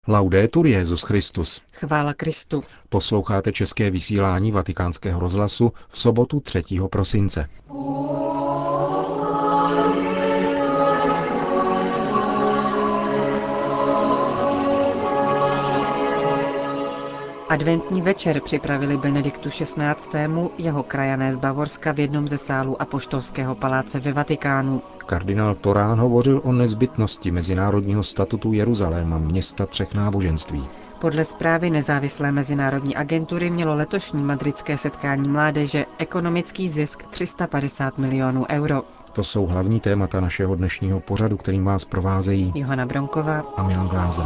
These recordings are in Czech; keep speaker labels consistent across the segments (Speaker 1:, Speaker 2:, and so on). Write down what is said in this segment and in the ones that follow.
Speaker 1: Laudetur Jesus Christus.
Speaker 2: Chvála Kristu.
Speaker 1: Posloucháte české vysílání Vatikánského rozhlasu v sobotu 3. prosince.
Speaker 2: Adventní večer připravili Benediktu XVI. Jeho krajané z Bavorska v jednom ze sálů Apoštolského paláce ve Vatikánu.
Speaker 1: Kardinál Torán hovořil o nezbytnosti mezinárodního statutu Jeruzaléma, města třech náboženství.
Speaker 2: Podle zprávy nezávislé mezinárodní agentury mělo letošní madridské setkání mládeže ekonomický zisk 350 milionů euro.
Speaker 1: To jsou hlavní témata našeho dnešního pořadu, kterým vás provázejí
Speaker 2: Johana Bronková
Speaker 1: a Milan Glázer.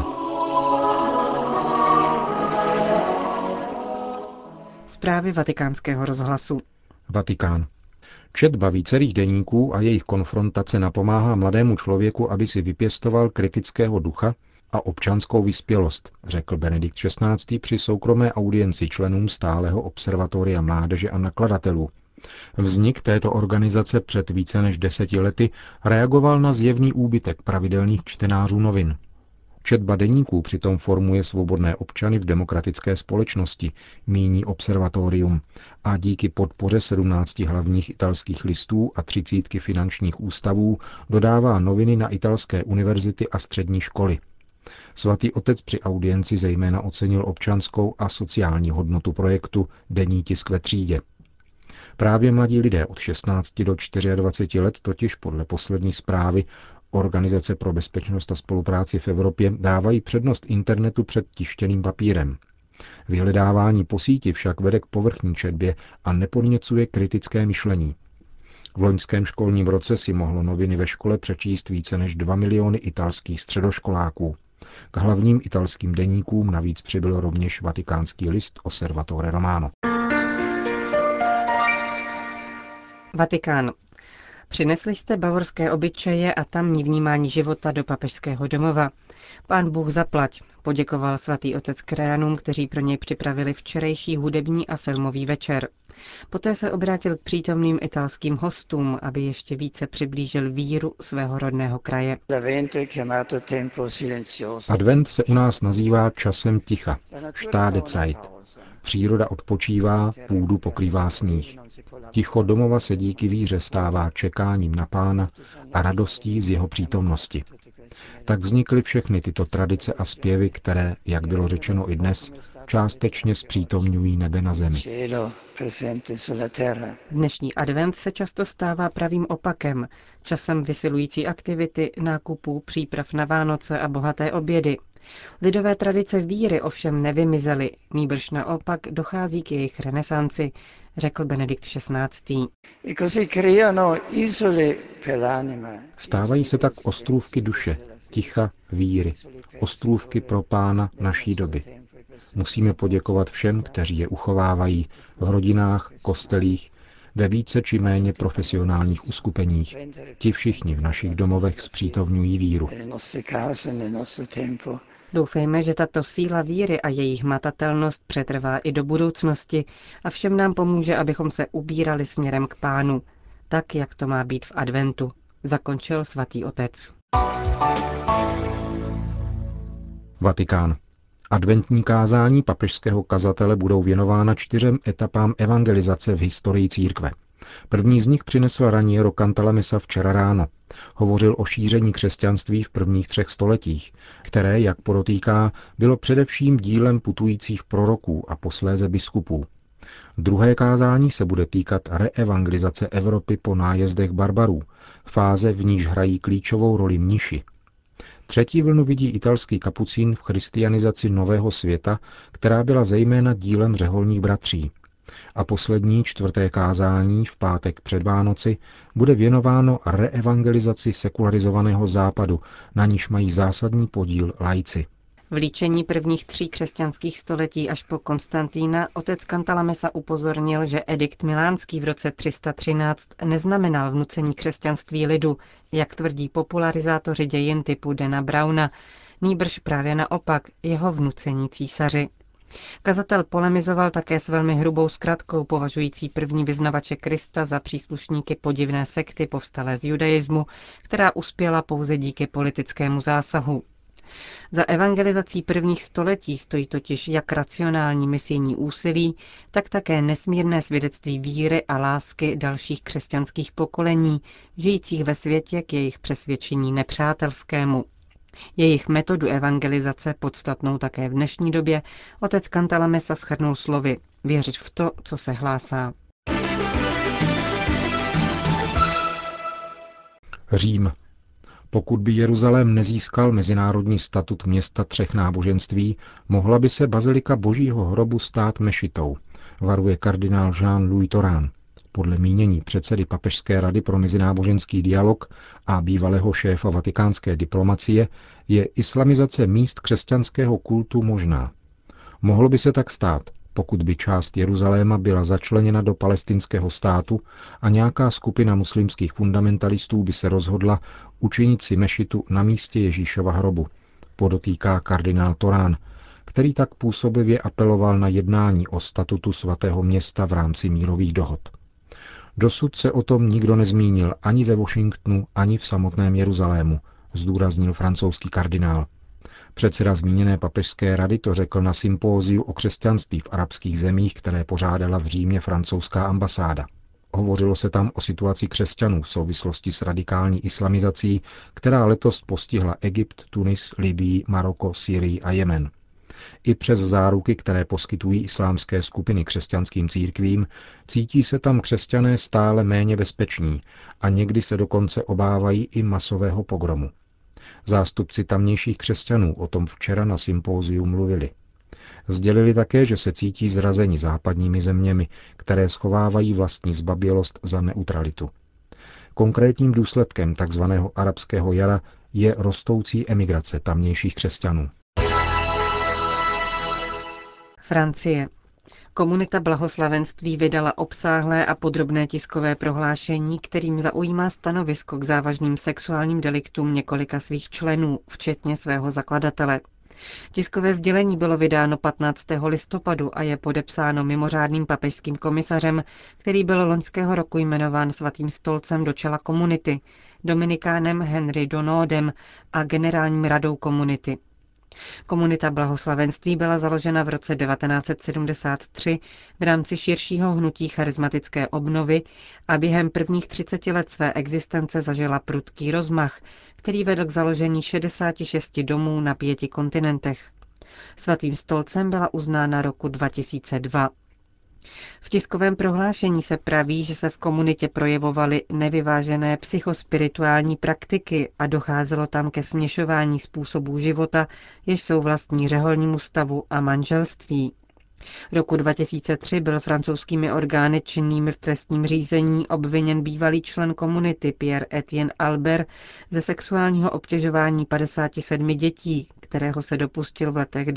Speaker 2: Zprávy Vatikánského rozhlasu.
Speaker 1: Vatikán. Četba vícerých deníků a jejich konfrontace napomáhá mladému člověku, aby si vypěstoval kritického ducha a občanskou vyspělost, řekl Benedikt XVI. Při soukromé audienci členům stáleho observatoria mládeže a nakladatelů. Vznik této organizace před více než 10 lety reagoval na zjevný úbytek pravidelných čtenářů novin. Četba deníků přitom formuje svobodné občany v demokratické společnosti, míní observatorium, a díky podpoře 17 hlavních italských listů a 30 finančních ústavů dodává noviny na italské univerzity a střední školy. Svatý otec při audienci zejména ocenil občanskou a sociální hodnotu projektu Denní tisk ve třídě. Právě mladí lidé od 16 do 24 let totiž podle poslední zprávy Organizace pro bezpečnost a spolupráci v Evropě dávají přednost internetu před tištěným papírem. Vyhledávání po síti však vede k povrchní četbě a nepodněcuje kritické myšlení. V loňském školním roce si mohlo noviny ve škole přečíst více než 2 miliony italských středoškoláků. K hlavním italským deníkům navíc přibyl rovněž vatikánský list Osservatore Romano.
Speaker 2: Vatikán. Přinesli jste bavorské obyčeje a tamní vnímání života do papežského domova. Pán Bůh zaplať, poděkoval svatý otec krajanům, kteří pro něj připravili včerejší hudební a filmový večer. Poté se obrátil k přítomným italským hostům, aby ještě více přiblížil víru svého rodného kraje.
Speaker 1: Advent se u nás nazývá časem ticha, Stadezeit. Příroda odpočívá, půdu pokrývá sníh. Ticho domova se díky víře stává čekáním na Pána a radostí z jeho přítomnosti. Tak vznikly všechny tyto tradice a zpěvy, které, jak bylo řečeno i dnes, částečně zpřítomňují nebe na zemi.
Speaker 2: Dnešní advent se často stává pravým opakem, časem vysilující aktivity, nákupů, příprav na Vánoce a bohaté obědy. Lidové tradice víry ovšem nevymizely, nýbrž naopak dochází k jejich renesanci, řekl Benedikt XVI.
Speaker 1: Stávají se tak ostrůvky duše, ticha, víry, ostrůvky pro Pána naší doby. Musíme poděkovat všem, kteří je uchovávají v rodinách, kostelích, ve více či méně profesionálních uskupeních. Ti všichni v našich domovech zpřítomňují víru.
Speaker 2: Doufejme, že tato síla víry a její hmatatelnost přetrvá i do budoucnosti a všem nám pomůže, abychom se ubírali směrem k Pánu, tak, jak to má být v adventu, zakončil svatý otec.
Speaker 1: Vatikán. Adventní kázání papežského kazatele budou věnována 4 etapám evangelizace v historii církve. První z nich přinesl Raniero Cantalamessa včera ráno. Hovořil o šíření křesťanství v prvních 3 stoletích, které, jak podotýká, bylo především dílem putujících proroků a posléze biskupů. Druhé kázání se bude týkat reevangelizace Evropy po nájezdech barbarů, fáze, v níž hrají klíčovou roli mniši. Třetí vlnu vidí italský kapucín v christianizaci nového světa, která byla zejména dílem řeholních bratří. A poslední 4. kázání v pátek před Vánoci bude věnováno reevangelizaci sekularizovaného západu, na níž mají zásadní podíl laici.
Speaker 2: V líčení prvních 3 křesťanských století až po Konstantína otec Cantalamessa upozornil, že edikt milánský v roce 313 neznamenal vnucení křesťanství lidu, jak tvrdí popularizátoři dějin typu Dana Browna, nýbrž právě naopak jeho vnucení císaři. Kazatel polemizoval také s velmi hrubou zkratkou, považující první vyznavače Krista za příslušníky podivné sekty povstalé z judaismu, která uspěla pouze díky politickému zásahu. Za evangelizací prvních století stojí totiž jak racionální misijní úsilí, tak také nesmírné svědectví víry a lásky dalších křesťanských pokolení, žijících ve světě k jejich přesvědčení nepřátelskému. Jejich metodu evangelizace, podstatnou také v dnešní době, otec Cantalamessa shrnul slovy: věřit v to, co se hlásá.
Speaker 1: Řím. Pokud by Jeruzalém nezískal mezinárodní statut města třech náboženství, mohla by se bazilika Božího hrobu stát mešitou, varuje kardinál Jean-Louis Torán. Podle mínění předsedy Papežské rady pro mezináboženský dialog a bývalého šéfa vatikánské diplomacie je islamizace míst křesťanského kultu možná. Mohlo by se tak stát, pokud by část Jeruzaléma byla začleněna do palestinského státu a nějaká skupina muslimských fundamentalistů by se rozhodla učinit si mešitu na místě Ježíšova hrobu, podotýká kardinál Torán, který tak působivě apeloval na jednání o statutu svatého města v rámci mírových dohod. Dosud se o tom nikdo nezmínil ani ve Washingtonu, ani v samotném Jeruzalému, zdůraznil francouzský kardinál. Předseda zmíněné papežské rady to řekl na sympóziu o křesťanství v arabských zemích, které pořádala v Římě francouzská ambasáda. Hovořilo se tam o situaci křesťanů v souvislosti s radikální islamizací, která letos postihla Egypt, Tunis, Libyi, Maroko, Syrii a Jemen. I přes záruky, které poskytují islámské skupiny křesťanským církvím, cítí se tam křesťané stále méně bezpeční a někdy se dokonce obávají i masového pogromu. Zástupci tamnějších křesťanů o tom včera na sympóziu mluvili. Sdělili také, že se cítí zrazeni západními zeměmi, které schovávají vlastní zbabělost za neutralitu. Konkrétním důsledkem tzv. Arabského jara je rostoucí emigrace tamnějších křesťanů.
Speaker 2: Francie. Komunita blahoslavenství vydala obsáhlé a podrobné tiskové prohlášení, kterým zaujímá stanovisko k závažným sexuálním deliktům několika svých členů, včetně svého zakladatele. Tiskové sdělení bylo vydáno 15. listopadu a je podepsáno mimořádným papežským komisařem, který byl loňského roku jmenován Svatým stolcem do čela komunity, dominikánem Henry Donodem a generálním radou komunity. Komunita blahoslavenství byla založena v roce 1973 v rámci širšího hnutí charismatické obnovy a během prvních 30 let své existence zažila prudký rozmach, který vedl k založení 66 domů na 5 kontinentech. Svatým stolcem byla uznána roku 2002. V tiskovém prohlášení se praví, že se v komunitě projevovaly nevyvážené psychospirituální praktiky a docházelo tam ke směšování způsobů života, jež jsou vlastní řeholnímu stavu a manželství. Roku 2003 byl francouzskými orgány činnými v trestním řízení obviněn bývalý člen komunity Pierre Etienne Albert ze sexuálního obtěžování 57 dětí, kterého se dopustil v letech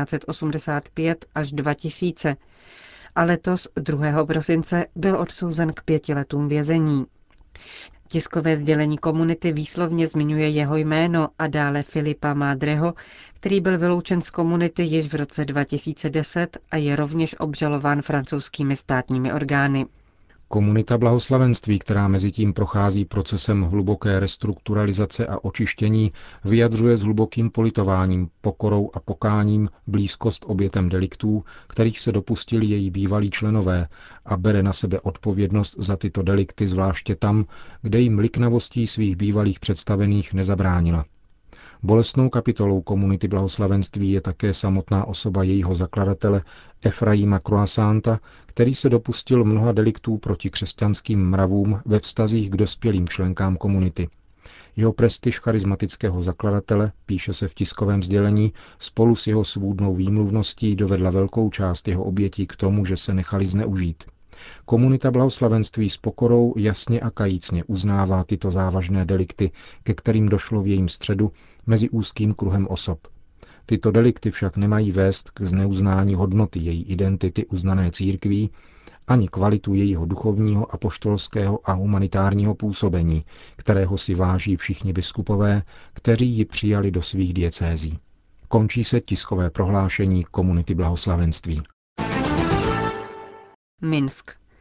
Speaker 2: 1985 až 2000. A letos 2. prosince byl odsouzen k 5 letům vězení. Tiskové sdělení komunity výslovně zmiňuje jeho jméno a dále Filipa Madreho, který byl vyloučen z komunity již v roce 2010 a je rovněž obžalován francouzskými státními orgány.
Speaker 1: Komunita blahoslavenství, která mezitím prochází procesem hluboké restrukturalizace a očištění, vyjadřuje s hlubokým politováním, pokorou a pokáním blízkost obětem deliktů, kterých se dopustili její bývalí členové, a bere na sebe odpovědnost za tyto delikty zvláště tam, kde jim liknavostí svých bývalých představených nezabránila. Bolestnou kapitolou komunity blahoslavenství je také samotná osoba jejího zakladatele Efraima Croissanta, který se dopustil mnoha deliktů proti křesťanským mravům ve vztazích k dospělým členkám komunity. Jeho prestiž charismatického zakladatele, píše se v tiskovém sdělení, spolu s jeho svůdnou výmluvností dovedla velkou část jeho obětí k tomu, že se nechali zneužít. Komunita blahoslavenství s pokorou jasně a kajícně uznává tyto závažné delikty, ke kterým došlo v jejím středu mezi úzkým kruhem osob. Tyto delikty však nemají vést k zneuznání hodnoty její identity uznané církví ani kvalitu jejího duchovního, apoštolského a humanitárního působení, kterého si váží všichni biskupové, kteří ji přijali do svých diecézí. Končí se tiskové prohlášení komunity blahoslavenství.
Speaker 2: Minsk.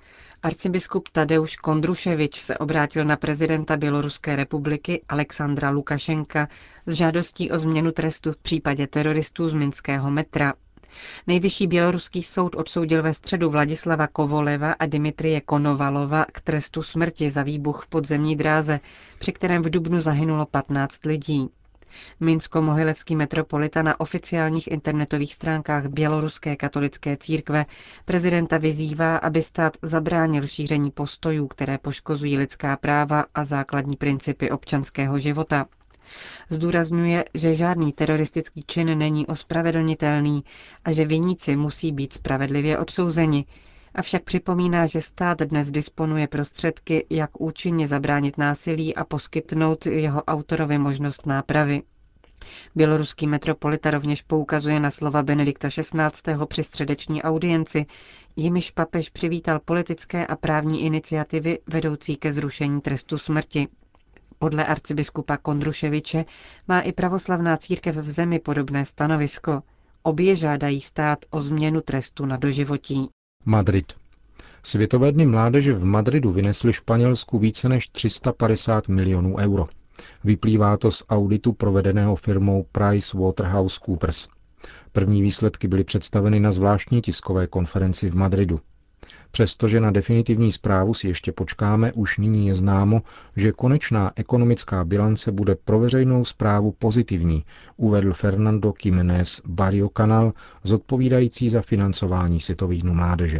Speaker 2: Arcibiskup Tadeusz Kondruševič se obrátil na prezidenta Běloruské republiky Alexandra Lukašenka s žádostí o změnu trestu v případě teroristů z minského metra. Nejvyšší běloruský soud odsoudil ve středu Vladislava Kovoleva a Dimitrije Konovalova k trestu smrti za výbuch v podzemní dráze, při kterém v dubnu zahynulo 15 lidí. Minsko-Mohilevský metropolita na oficiálních internetových stránkách Běloruské katolické církve prezidenta vyzývá, aby stát zabránil šíření postojů, které poškozují lidská práva a základní principy občanského života. Zdůrazňuje, že žádný teroristický čin není ospravedlnitelný a že viníci musí být spravedlivě odsouzeni, avšak připomíná, že stát dnes disponuje prostředky, jak účinně zabránit násilí a poskytnout jeho autorovi možnost nápravy. Běloruský metropolita rovněž poukazuje na slova Benedikta XVI. Při středeční audienci, jimiž papež přivítal politické a právní iniciativy vedoucí ke zrušení trestu smrti. Podle arcibiskupa Kondruševiče má i pravoslavná církev v zemi podobné stanovisko. Obě žádají stát o změnu trestu na doživotí.
Speaker 1: Madrid. Světové dny mládeže v Madridu vynesly Španělsku více než 350 milionů euro. Vyplývá to z auditu provedeného firmou PricewaterhouseCoopers. První výsledky byly představeny na zvláštní tiskové konferenci v Madridu. Přestože na definitivní zprávu si ještě počkáme, už nyní je známo, že konečná ekonomická bilance bude pro veřejnou správu pozitivní, uvedl Fernando Jiménez Barrio Canal, zodpovídající za financování Světových dnů mládeže.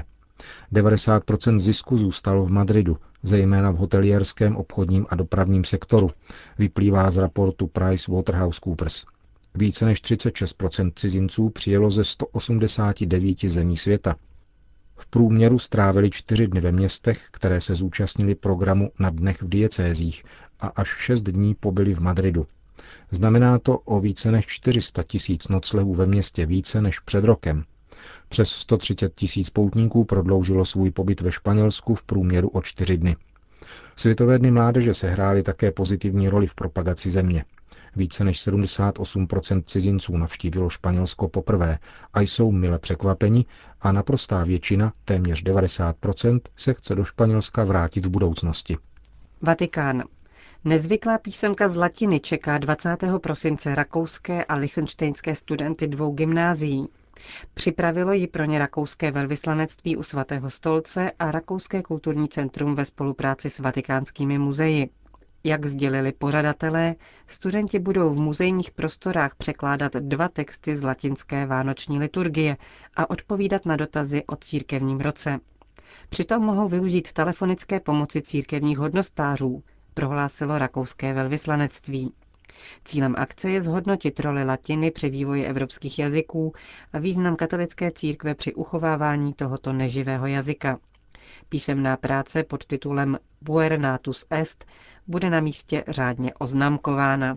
Speaker 1: 90% zisku zůstalo v Madridu, zejména v hotelierském, obchodním a dopravním sektoru, vyplývá z raportu PricewaterhouseCoopers. Více než 36% cizinců přijelo ze 189 zemí světa. V průměru strávili 4 dny ve městech, které se zúčastnili programu Na dnech v diecézích a až 6 dní pobyli v Madridu. Znamená to o více než 400 tisíc noclehů ve městě více než před rokem. Přes 130 tisíc poutníků prodloužilo svůj pobyt ve Španělsku v průměru o 4 dny. Světové dny mládeže sehrály také pozitivní roli v propagaci země. Více než 78% cizinců navštívilo Španělsko poprvé a jsou mile překvapeni a naprostá většina, téměř 90%, se chce do Španělska vrátit v budoucnosti.
Speaker 2: Vatikán. Nezvyklá písemka z latiny čeká 20. prosince rakouské a lichtenštejnské studenty 2 gymnázií. Připravilo ji pro ně rakouské velvyslanectví u Svatého stolce a Rakouské kulturní centrum ve spolupráci s vatikánskými muzeji. Jak sdělili pořadatelé, studenti budou v muzejních prostorách překládat 2 texty z latinské vánoční liturgie a odpovídat na dotazy o církevním roce. Přitom mohou využít telefonické pomoci církevních hodnostářů, prohlásilo rakouské velvyslanectví. Cílem akce je zhodnotit roli latiny při vývoji evropských jazyků a význam katolické církve při uchovávání tohoto neživého jazyka. Písemná práce pod titulem Puer natus est bude na místě řádně oznamkována.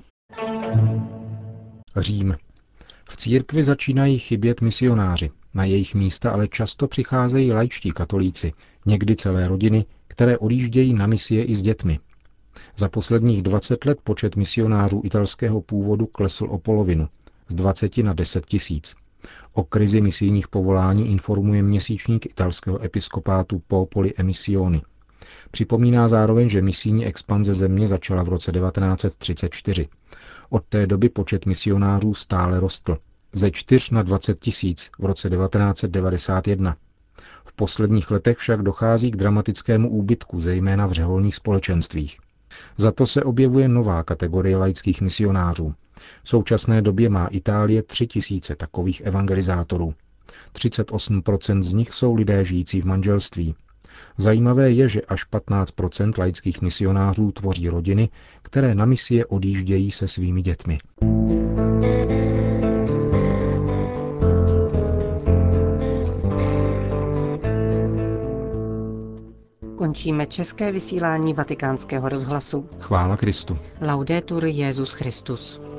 Speaker 1: Řím. V církvi začínají chybět misionáři. Na jejich místa ale často přicházejí laičtí katolíci, někdy celé rodiny, které odjíždějí na misie i s dětmi. Za posledních 20 let počet misionářů italského původu klesl o polovinu, z 20 na 10 tisíc. O krizi misijních povolání informuje měsíčník italského episkopátu Popoli e Missioni. Připomíná zároveň, že misijní expanze země začala v roce 1934. Od té doby počet misionářů stále rostl. Ze 4 na 20 tisíc v roce 1991. V posledních letech však dochází k dramatickému úbytku, zejména v řeholních společenstvích. Za to se objevuje nová kategorie laických misionářů. V současné době má Itálie 3 tisíce takových evangelizátorů. 38% z nich jsou lidé žijící v manželství. Zajímavé je, že až 15% laických misionářů tvoří rodiny, které na misie odjíždějí se svými dětmi.
Speaker 2: Končíme české vysílání Vatikánského rozhlasu.
Speaker 1: Chvála Kristu.
Speaker 2: Laudetur Jesus Christus.